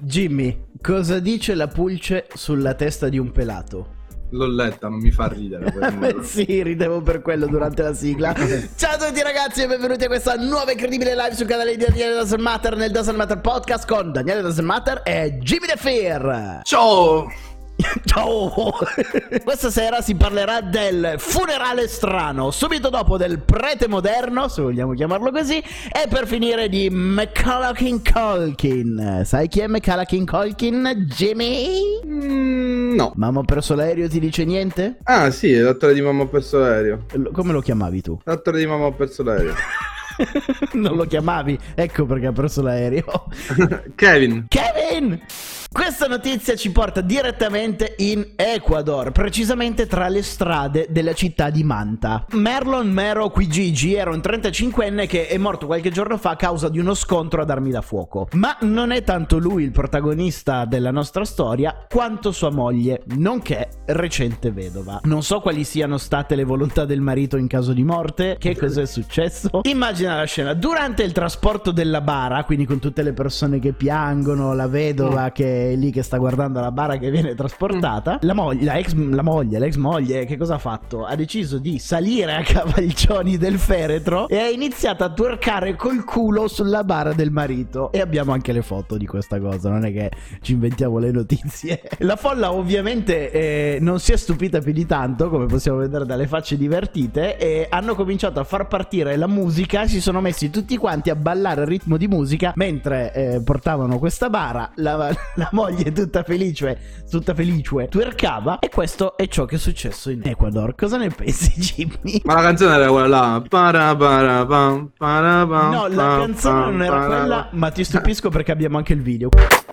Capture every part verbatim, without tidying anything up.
Jimmy, cosa dice la pulce sulla testa di un pelato? L'ho letta, non mi fa ridere. Sì, ridevo per quello durante la sigla. Ciao a tutti ragazzi e benvenuti a questa nuova incredibile live sul canale di Daniele Doesn't Matter, nel Doesn't Matter Podcast con Daniele Doesn't Matter e Jimmy The Fear. Ciao! Ciao! Questa sera si parlerà del funerale strano, subito dopo del prete moderno, se vogliamo chiamarlo così, e per finire di Macaulay Culkin. Sai chi è Macaulay Culkin, Jimmy? Mm, no. Mamma ho perso l'aereo, ti dice niente? Ah sì, l'attore di Mamma ho perso l'aereo. L- Come lo chiamavi tu? L'attore di Mamma ho perso l'aereo. Non lo chiamavi? Ecco perché ha perso l'aereo. Kevin. Kevin! Questa notizia ci porta direttamente in Ecuador, precisamente tra le strade della città di Manta. Marlon Mero Quigigi era un trentacinquenne che è morto qualche giorno fa a causa di uno scontro ad armi da fuoco. Ma non è tanto lui il protagonista della nostra storia, quanto sua moglie, nonché recente vedova. Non so quali siano state le volontà del marito in caso di morte, che cosa è successo. Immagina la scena, durante il trasporto della bara, quindi con tutte le persone che piangono, la vedova che è lì che sta guardando la bara che viene trasportata, la moglie, la ex, la moglie, l'ex moglie, che cosa ha fatto? Ha deciso di salire a cavalcioni del feretro e ha iniziato a twerkare col culo sulla bara del marito. E abbiamo anche le foto di questa cosa, non è che ci inventiamo le notizie. La folla ovviamente eh, non si è stupita più di tanto, come possiamo vedere dalle facce divertite, e hanno cominciato a far partire la musica. Si sono messi tutti quanti a ballare al ritmo di musica mentre eh, portavano questa bara. La, la moglie tutta felice, tutta felice, twerkava, e questo è ciò che è successo in Ecuador. Cosa ne pensi, Jimmy? Ma la canzone era quella là. Para para pam, para pam, No, la pam, canzone pam, non era para, quella, pam. ma ti stupisco perché abbiamo anche il video.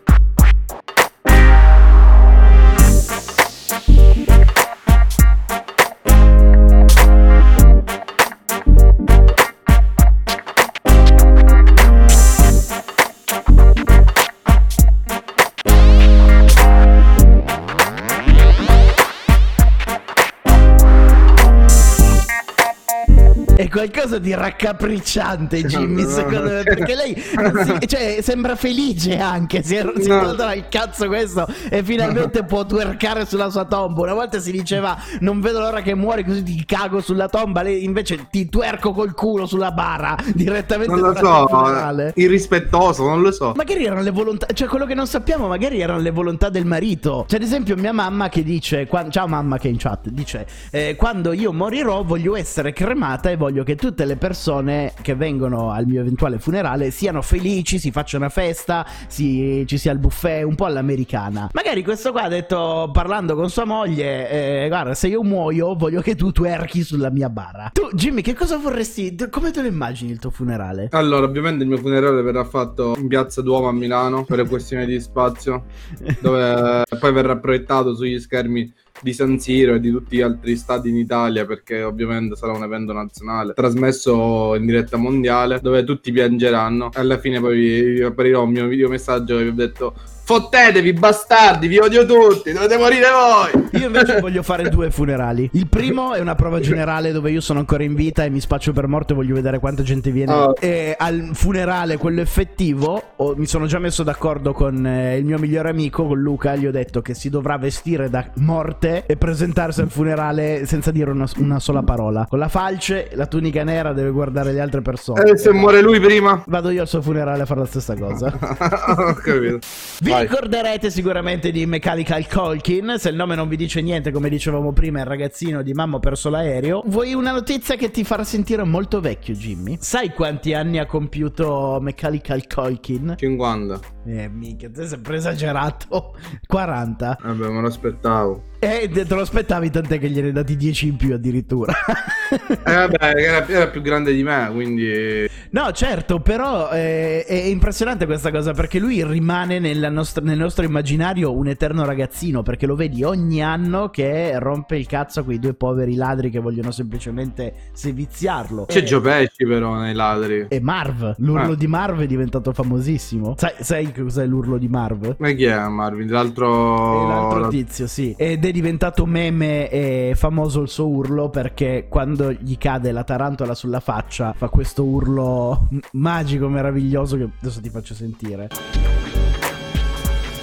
È qualcosa di raccapricciante, Jimmy, No, no, secondo me, no. perché lei si- cioè, sembra felice anche, si è, si è No. dato al cazzo questo e finalmente può twerkare sulla sua tomba. Una volta si diceva non vedo l'ora che muori così ti cago sulla tomba, lei invece ti twerco col culo sulla bara direttamente Non lo durante il so, funerale. irrispettoso, non lo so. Magari erano le volontà, cioè quello che non sappiamo, magari erano le volontà del marito. Cioè, ad esempio, mia mamma che dice, qua- ciao mamma che è in chat, dice eh, quando io morirò voglio essere cremata e voglio che tutte le persone che vengono al mio eventuale funerale siano felici, si faccia una festa, si, ci sia il buffet, un po' all'americana. Magari questo qua ha detto, parlando con sua moglie, eh, guarda, se io muoio voglio che tu twerchi sulla mia bara. Tu, Jimmy, che cosa vorresti, come te lo immagini il tuo funerale? Allora, ovviamente il mio funerale verrà fatto in Piazza Duomo a Milano per questione di spazio, dove poi verrà proiettato sugli schermi di San Siro e di tutti gli altri stati in Italia, perché ovviamente sarà un evento nazionale trasmesso in diretta mondiale dove tutti piangeranno. E alla fine poi vi, vi apparirò un mio video messaggio che vi ho detto: fottetevi bastardi, vi odio tutti, dovete morire voi. Io invece voglio fare due funerali. Il primo è una prova generale dove io sono ancora in vita e mi spaccio per morto e voglio vedere quanta gente viene. Oh. E al funerale, quello effettivo, oh, mi sono già messo d'accordo con eh, il mio migliore amico, con Luca. Gli ho detto che si dovrà vestire da morte e presentarsi al funerale senza dire una, una sola parola. Con la falce, la tunica nera, deve guardare le altre persone. E se muore lui prima? Vado io al suo funerale a fare la stessa cosa. Ho capito. Vi Vai. ricorderete sicuramente di Macaulay Culkin. Se il nome non vi dice niente, come dicevamo prima, il ragazzino di Mamma ho perso l'aereo. Vuoi una notizia che ti farà sentire molto vecchio, Jimmy? Sai quanti anni ha compiuto Macaulay Culkin? cinquanta. Eh, mica, te sei sempre esagerato. quaranta. Vabbè, me lo aspettavo. E te lo aspettavi, tant'è che gliene hai dati dieci in più addirittura. Eh vabbè, era, era più grande di me, quindi... No, certo, però eh, è impressionante questa cosa, perché lui rimane nella nostra, nel nostro immaginario un eterno ragazzino, perché lo vedi ogni anno che rompe il cazzo a quei due poveri ladri che vogliono semplicemente seviziarlo. C'è E- Joe Pesci però nei ladri. E Marv, l'urlo Ah. di Marv è diventato famosissimo. Sai, sai cos'è l'urlo di Marv? Ma chi è Marvin? L'altro... È l'altro tizio, sì. Ed è diventato meme e famoso il suo urlo perché quando gli cade la tarantola sulla faccia fa questo urlo m- magico, meraviglioso, che adesso ti faccio sentire.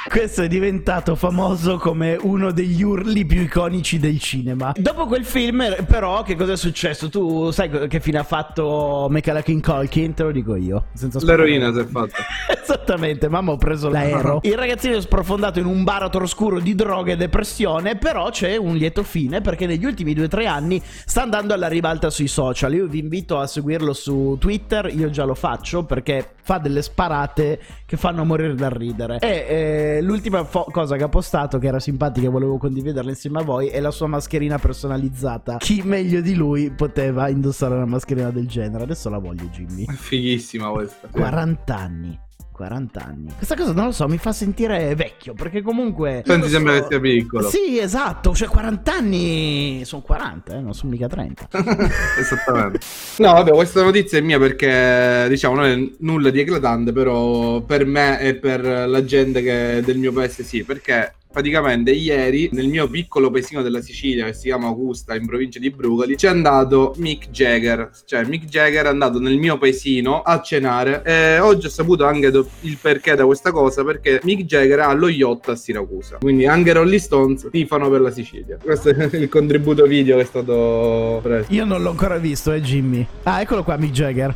Questo è diventato famoso come uno degli urli più iconici del cinema. Dopo quel film, però, che cosa è successo? Tu sai che fine ha fatto Macaulay Culkin? Te lo dico io. Senza L'eroina si è fatta. Esattamente, mamma, ho preso l'aereo. Il ragazzino è sprofondato in un baratro oscuro di droga e depressione, però c'è un lieto fine, perché negli ultimi due o tre anni sta andando alla ribalta sui social. Io vi invito a seguirlo su Twitter, io già lo faccio, perché fa delle sparate che fanno morire dal ridere. E eh, l'ultima fo- cosa che ha postato, che era simpatica e volevo condividerla insieme a voi, è la sua mascherina personalizzata. Chi meglio di lui poteva indossare una mascherina del genere? Adesso la voglio, Jimmy. È fighissima questa. quaranta anni. quaranta anni. Questa cosa non lo so, mi fa sentire vecchio, perché comunque non ti so... sembra che sia piccolo. Sì, esatto, cioè quaranta anni sono quaranta, eh, non sono mica trenta. Esattamente. No, vabbè, questa notizia è mia perché, diciamo, non è nulla di eclatante, però per me e per la gente che del mio paese sì, perché praticamente ieri nel mio piccolo paesino della Sicilia che si chiama Augusta in provincia di Brugali c'è andato Mick Jagger. Cioè Mick Jagger è andato nel mio paesino a cenare e oggi ho saputo anche do- il perché da questa cosa, perché Mick Jagger ha lo yacht a Siracusa, quindi anche Rolling Stones tifano per la Sicilia. Questo è il contributo video che è stato preso. Io non l'ho ancora visto, eh Jimmy. Ah, eccolo qua Mick Jagger.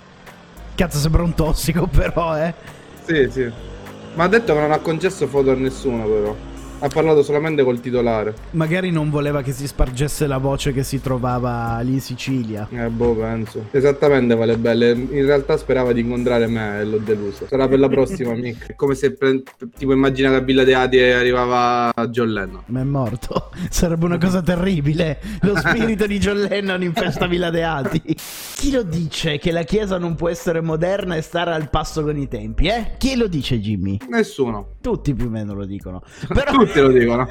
Cazzo, sembra un tossico però, eh. Sì, sì. Ma ha detto che non ha concesso foto a nessuno, però. Ha parlato solamente col titolare. Magari non voleva che si spargesse la voce che si trovava lì in Sicilia. Eh, boh, penso. Esattamente, Vale Belle. In realtà sperava di incontrare me e l'ho deluso. Sarà per la prossima, Mick. È come se, pre- tipo, immagina che a Villa Teati arrivava John Lennon. Ma è morto. Sarebbe una cosa terribile. Lo spirito di John Lennon in festa Villa Teati. Chi lo dice che la chiesa non può essere moderna e stare al passo con i tempi, eh? Chi lo dice, Jimmy? Nessuno. Tutti più o meno lo dicono. Però Tutti lo dicono.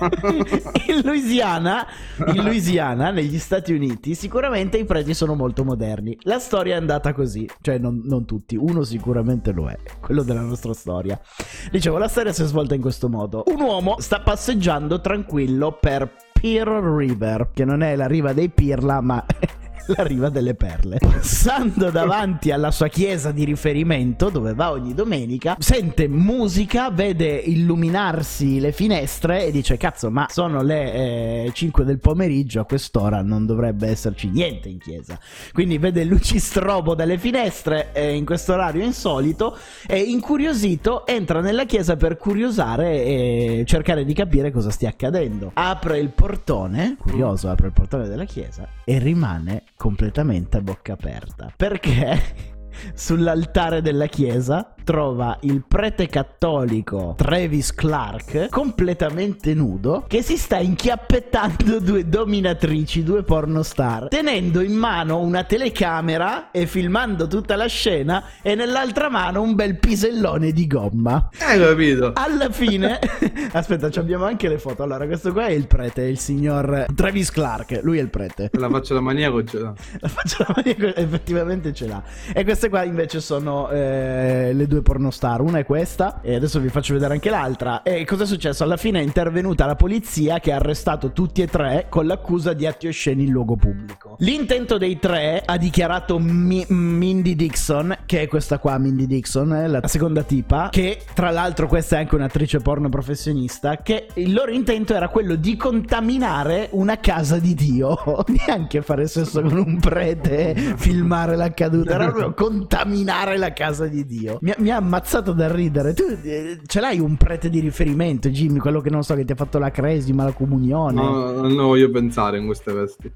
in Louisiana, in Louisiana, negli Stati Uniti, sicuramente i preti sono molto moderni. La storia è andata così. Cioè, non, non tutti. Uno sicuramente lo è. Quello della nostra storia. Dicevo, la storia si è svolta in questo modo. Un uomo sta passeggiando tranquillo per Pearl River, che non è la riva dei Pirla, ma la riva delle perle. Passando davanti alla sua chiesa di riferimento, dove va ogni domenica, sente musica, vede illuminarsi le finestre e dice: cazzo, ma sono le eh, cinque del pomeriggio, a quest'ora non dovrebbe esserci niente in chiesa. Quindi vede luci strobo dalle finestre eh, in questo orario insolito e, incuriosito, entra nella chiesa per curiosare e cercare di capire cosa stia accadendo. Apre il portone, curioso, apre il portone della chiesa e rimane completamente a bocca aperta, perché sull'altare della chiesa trova il prete cattolico Travis Clark completamente nudo, che si sta inchiappettando due dominatrici, due pornostar, tenendo in mano una telecamera e filmando tutta la scena, e nell'altra mano un bel pisellone di gomma. Hai capito? Alla fine aspetta, ci abbiamo anche le foto. Allora, questo qua è il prete, il signor Travis Clark, lui è il prete. La faccia da maniaco ce l'ha. La faccia da maniaco effettivamente ce l'ha. E queste qua invece sono eh, le due pornostar. Una è questa e adesso vi faccio vedere anche l'altra. E cosa è successo? Alla fine è intervenuta la polizia, che ha arrestato tutti e tre con l'accusa di atti osceni in luogo pubblico. L'intento dei tre, ha dichiarato Mi- Mindy Dixon, che è questa qua, Mindy Dixon, eh, la seconda tipa, che tra l'altro questa è anche un'attrice porno professionista, che il loro intento era quello di contaminare una casa di Dio. Neanche fare sesso con un prete, filmare l'accaduto, era proprio contaminare la casa di Dio. Mi, mi ha ammazzato da ridere. Tu eh, ce l'hai un prete di riferimento, Jimmy? Quello che non so, che ti ha fatto la cresima, la comunione? No, non voglio pensare in queste vesti.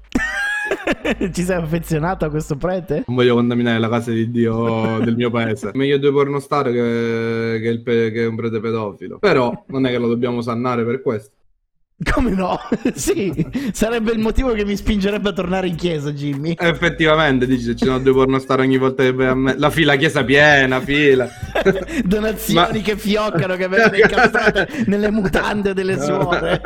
Ci sei affezionato a questo prete? Non voglio contaminare la casa di Dio del mio paese. Meglio due pornostar che, che, il pe- che un prete pedofilo. Però non è che lo dobbiamo sannare per questo. Come no? Sì, sarebbe il motivo che mi spingerebbe a tornare in chiesa, Jimmy. Effettivamente, dici, se ci sono due pornostar ogni volta che vai a me. La fila, chiesa piena, fila. Donazioni Ma... che fioccano, che vengono incastrate nelle mutande delle suore.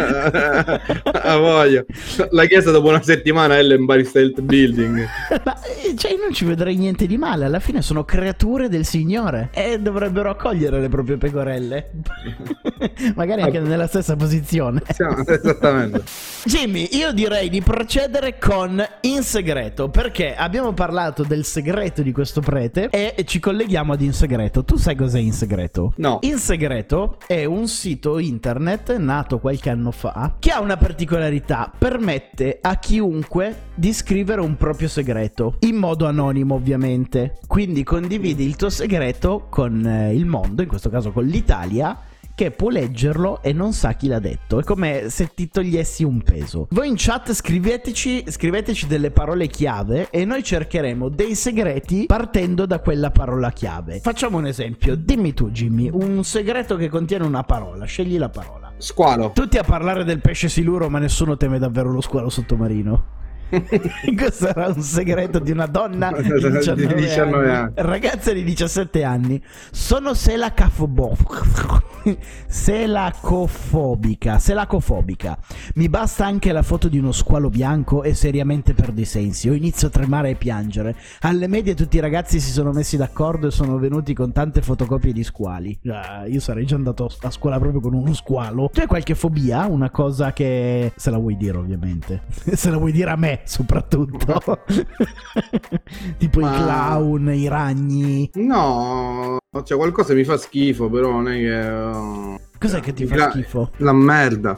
A voglia. La chiesa dopo una settimana è l'Empire State Building. Ma cioè, non ci vedrei niente di male. Alla fine sono creature del Signore e dovrebbero accogliere le proprie pecorelle. Magari anche nella stessa posizione. Siamo, esattamente. Jimmy, io direi di procedere con In Segreto, perché abbiamo parlato del segreto di questo prete e ci colleghiamo ad In Segreto. Tu sai cos'è In Segreto? No. In Segreto è un sito internet nato qualche anno fa che ha una particolarità: permette a chiunque di scrivere un proprio segreto in modo anonimo, ovviamente. Quindi condividi il tuo segreto con eh, il mondo, in questo caso con l'Italia, che può leggerlo e non sa chi l'ha detto. È come se ti togliessi un peso. Voi in chat scriveteci, scriveteci delle parole chiave e noi cercheremo dei segreti partendo da quella parola chiave. Facciamo un esempio. Dimmi tu, Jimmy, un segreto che contiene una parola. Scegli la parola. Squalo. Tutti a parlare del pesce siluro, ma nessuno teme davvero lo squalo sottomarino. Questo era un segreto di una donna di diciannove, di diciannove anni. anni. Ragazza di diciassette anni. Sono selacafobobica. Selacofobica. Selacofobica. Mi basta anche la foto di uno squalo bianco e seriamente perdo i sensi. Io inizio a tremare e piangere. Alle medie tutti i ragazzi si sono messi d'accordo e sono venuti con tante fotocopie di squali. Ah, io sarei già andato a scuola proprio con uno squalo. Tu hai qualche fobia? Una cosa che... se la vuoi dire, ovviamente. Se la vuoi dire a me, soprattutto. Tipo Ma... i clown, i ragni. No, cioè qualcosa mi fa schifo, però non è che... Cos'è che ti fa la... schifo? La merda.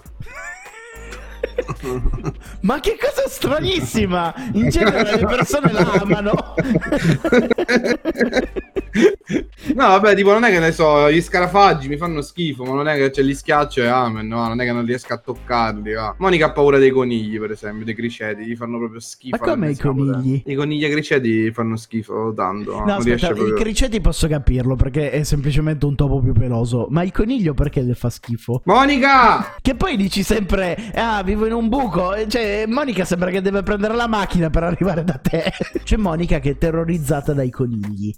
Ma che cosa stranissima! In genere le persone la amano. No, vabbè, tipo non è che ne so, gli scarafaggi mi fanno schifo, ma non è che ce li schiaccio e amen, no, non è che non riesco a toccarli, va. Monica ha paura dei conigli, per esempio, dei criceti, gli fanno proprio schifo. Ma come i conigli? I conigli e i criceti fanno schifo tanto. No, no aspetta, proprio... i criceti posso capirlo perché è semplicemente un topo più peloso, ma il coniglio perché le fa schifo? Monica! Che poi dici sempre, ah, vivo in un buco, cioè Monica sembra che deve prendere la macchina per arrivare da te. C'è Monica che è terrorizzata dai conigli.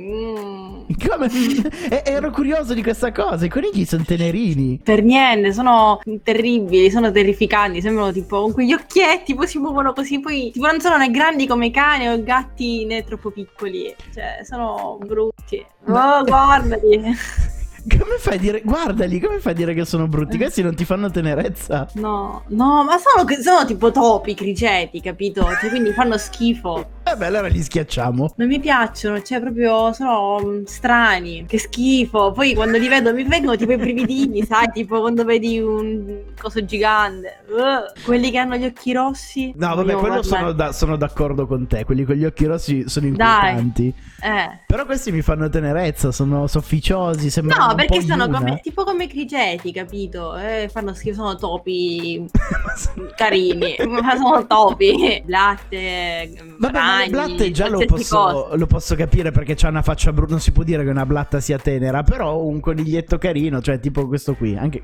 Mm. Come? E- ero curioso di questa cosa. I conigli sono tenerini. Per niente, sono terribili, sono terrificanti. Sembrano tipo con quegli occhietti, poi si muovono così. Poi tipo non sono né grandi come i cani o gatti né troppo piccoli. Cioè, sono brutti. Oh, guardali. Come fai a dire, guardali, come fai a dire che sono brutti? Questi non ti fanno tenerezza? No, no, ma sono, sono tipo topi, criceti, capito? Cioè, quindi fanno schifo. Eh beh, allora li schiacciamo. Non mi piacciono, cioè proprio sono strani, che schifo. Poi quando li vedo mi vengono tipo i brividini, sai? Tipo quando vedi un coso gigante. Uh, quelli che hanno gli occhi rossi. No, vabbè, quello sono, da, sono d'accordo con te. Quelli con gli occhi rossi sono inquietanti. Dai, eh. Però questi mi fanno tenerezza, sono sofficiosi, sembrano No, un perché po' sono Yuna. come, tipo come criceti, capito? Eh, fanno schifo, sono topi carini, ma sono topi. Blatte, vabbè, ragni, ma le blatte già lo posso, lo posso capire perché c'ha una faccia brutta. Non si può dire che una blatta sia tenera, però un coniglietto carino, cioè tipo questo qui, anche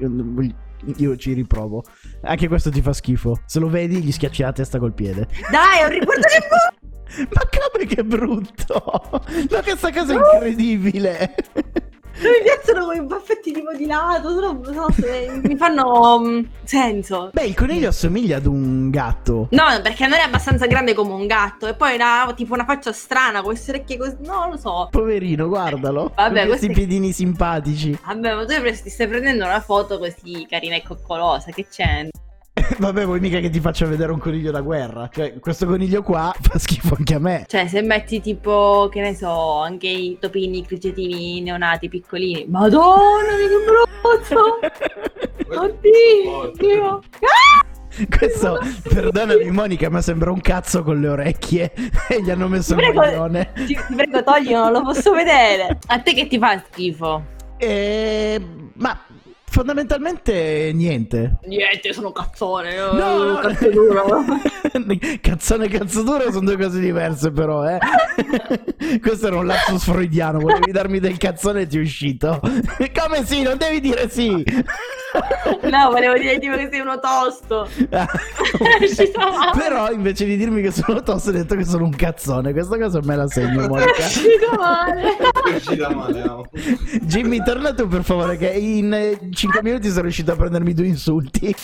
io ci riprovo. Anche questo ti fa schifo. Se lo vedi gli schiacci la testa col piede. Dai, ho riportato il po'. Ma come che brutto! Ma questa cosa è incredibile! Non mi piacciono quei baffetti tipo di lato, sono, so se mi fanno um, senso. Beh, il coniglio assomiglia ad un gatto. No, perché non è abbastanza grande come un gatto. E poi ha tipo una faccia strana, con queste orecchie così. No, non lo so. Poverino, guardalo. Vabbè, con questi questi piedini simpatici. Vabbè, ma tu ti stai prendendo una foto così carina e coccolosa, che c'è? Vabbè, vuoi mica che ti faccia vedere un coniglio da guerra? Cioè, questo coniglio qua fa schifo anche a me. Cioè, se metti tipo, che ne so, anche i topini, i cricetini neonati piccolini. Madonna, che brutto! Oddio! Ah! Questo, perdonami Monica, ma sembra un cazzo con le orecchie. E gli hanno messo ti il prego, maglione. Ti, ti prego, toglilo, non lo posso vedere. A te che ti fa schifo? Eh, ma... fondamentalmente niente. Niente, sono cazzone. No, no, no. Cazzo duro. Cazzone e cazzo duro sono due cose diverse, però, eh. Questo era un lapsus freudiano. Volevi darmi del cazzone e ti è uscito. Come sì? Non devi dire sì. No, volevo dire tipo che sei uno tosto. Però invece di dirmi che sono tosto hai detto che sono un cazzone. Questa cosa me la segno, Monica. È uscita male. È uscita male, no. Jimmy, torna tu per favore, che in cinque minuti sono riuscito a prendermi due insulti.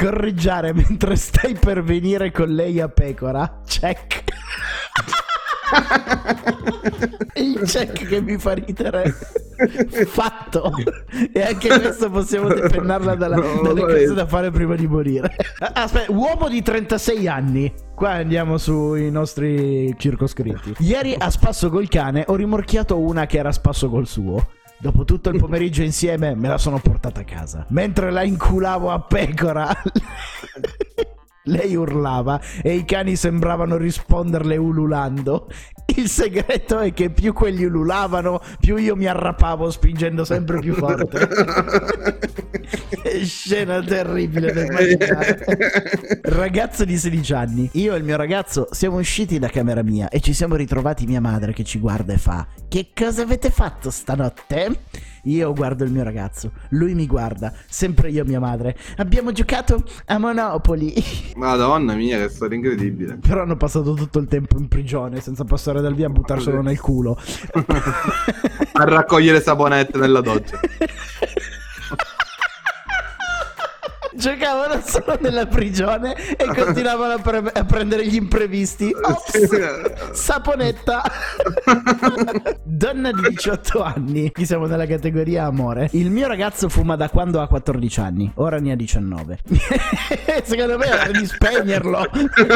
Scorreggiare mentre stai per venire con lei a pecora. Check. Il check che mi fa ridere. Fatto. E anche questo possiamo depennarla dalla, No, dalle vabbè. cose da fare prima di morire. Aspetta, uomo di trentasei anni. Qua andiamo sui nostri circoscritti. Ieri a spasso col cane ho rimorchiato una che era a spasso col suo. Dopo tutto il pomeriggio insieme me la sono portata a casa. Mentre la inculavo a pecora, lei urlava e i cani sembravano risponderle ululando. Il segreto è che più quelli ululavano, più io mi arrapavo spingendo sempre più forte. Che scena terribile da immaginare. Ragazzo di sedici anni. Io e il mio ragazzo siamo usciti da camera mia e ci siamo ritrovati mia madre che ci guarda e fa: che cosa avete fatto stanotte? Io guardo il mio ragazzo, lui mi guarda, sempre io e mia madre. Abbiamo giocato a Monopoli. Madonna mia, che storia incredibile. Però hanno passato tutto il tempo in prigione senza passare dal via a buttarselo nel culo. A raccogliere saponette nella doccia. Giocavano solo nella prigione e continuavano a, pre- a prendere gli imprevisti. Ops, saponetta. Donna di diciotto anni. Qui siamo nella categoria amore. Il mio ragazzo fuma da quando ha quattordici anni. Ora ne ha diciannove. Secondo me è ora di spegnerlo.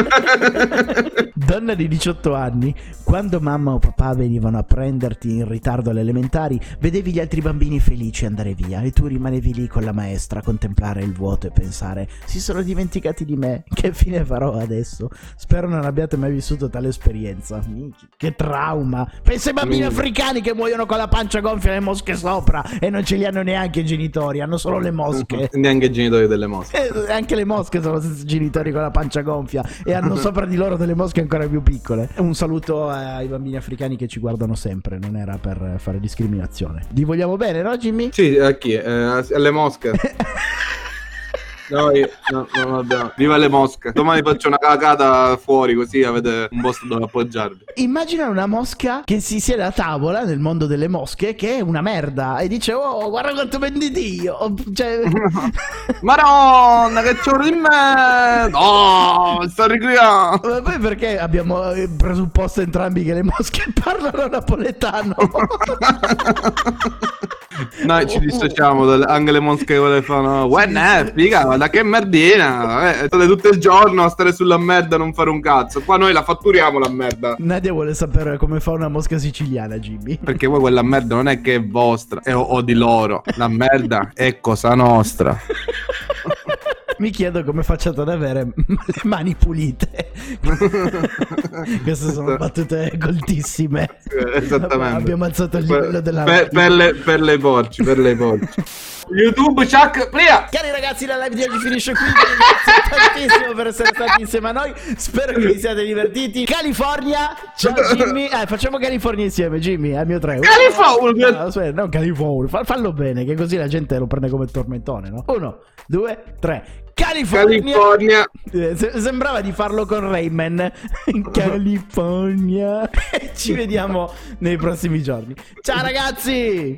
Donna di diciotto anni. Quando mamma o papà venivano a prenderti in ritardo alle elementari, vedevi gli altri bambini felici andare via e tu rimanevi lì con la maestra a contemplare il vuoto e pensare: si sono dimenticati di me, che fine farò adesso? Spero non abbiate mai vissuto tale esperienza. Minchia, che trauma. Pensa ai bambini Minchia. africani che muoiono con la pancia gonfia e le mosche sopra e non ce li hanno neanche i genitori, hanno solo le mosche. Neanche i genitori delle mosche. E anche le mosche sono senza genitori con la pancia gonfia e hanno sopra di loro delle mosche ancora più piccole. Un saluto ai bambini africani che ci guardano sempre, non era per fare discriminazione. Li vogliamo bene, no Jimmy? Sì, a chi? Eh, alle mosche. Noi no, no, no, abbiamo. Viva le mosche. Domani faccio una cacata fuori così avete un posto dove appoggiarvi. Immagina una mosca che si siede a tavola nel mondo delle mosche, che è una merda, e dice: oh, guarda quanto venditi io. Cioè... Madonna, che c'ho di me. No, sto ricriando. Ma poi perché abbiamo eh, presupposto entrambi che le mosche parlano napoletano? Noi ci dissociamo dalle, anche le mosche che le fanno. Guarda, figa, guarda che merdina. Eh, state tutto il giorno a stare sulla merda e non fare un cazzo. Qua noi la fatturiamo la merda. Nadia vuole sapere come fa una mosca siciliana, Jimmy. Perché poi quella merda non è che è vostra è, o, o di loro. La merda è cosa nostra. Mi chiedo come facciate ad avere le mani pulite. Queste sono battute coltissime. Esattamente. Abbiamo alzato il livello della per, per, le, per le porci, per le porci. YouTube, Chuck, via! Cari ragazzi, la live di oggi finisce qui. Vi ringrazio tantissimo per essere stati insieme a noi. Spero che vi siate divertiti. California, ciao Jimmy. Eh, facciamo California insieme, Jimmy. Al mio tre. California! No, aspetta, non California. Fa- fallo bene, che così la gente lo prende come tormentone, no? Uno, due, tre. California. California. Eh, se- sembrava di farlo con Rayman. California. Ci vediamo nei prossimi giorni. Ciao ragazzi.